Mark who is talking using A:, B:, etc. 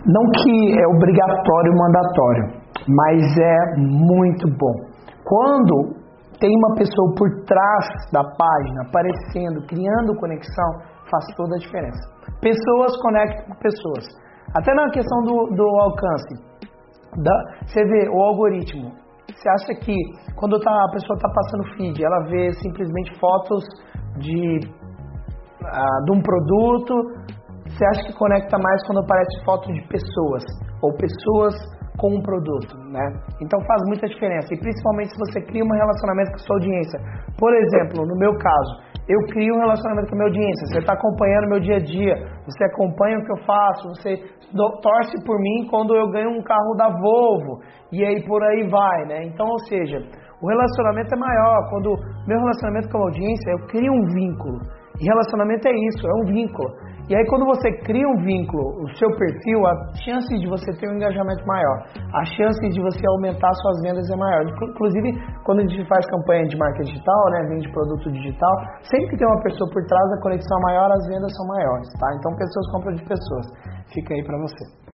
A: Não que é obrigatório, mandatório, mas é muito bom. Quando tem uma pessoa por trás da página, aparecendo, criando conexão, faz toda a diferença. Pessoas conectam com pessoas. Até na questão do alcance. Você vê o algoritmo. Você acha que quando a pessoa está passando feed, ela vê simplesmente fotos de um produto? Você acha que conecta mais quando aparece foto de pessoas ou pessoas com um produto, né? Então faz muita diferença, e principalmente se você cria um relacionamento com a sua audiência. Por exemplo, no meu caso, eu crio um relacionamento com a minha audiência. Você está acompanhando meu dia a dia, você acompanha o que eu faço, você torce por mim quando eu ganho um carro da Volvo, e aí por aí vai, né? Então, ou seja, o relacionamento é maior. Quando meu relacionamento com a audiência, eu crio um vínculo. E relacionamento é isso, é um vínculo. E aí quando você cria um vínculo, o seu perfil, a chance de você ter um engajamento maior, a chance de você aumentar suas vendas é maior. Inclusive, quando a gente faz campanha de marca digital, né, vende produto digital, sempre que tem uma pessoa por trás, a conexão é maior, as vendas são maiores, tá? Então pessoas compram de pessoas. Fica aí pra você.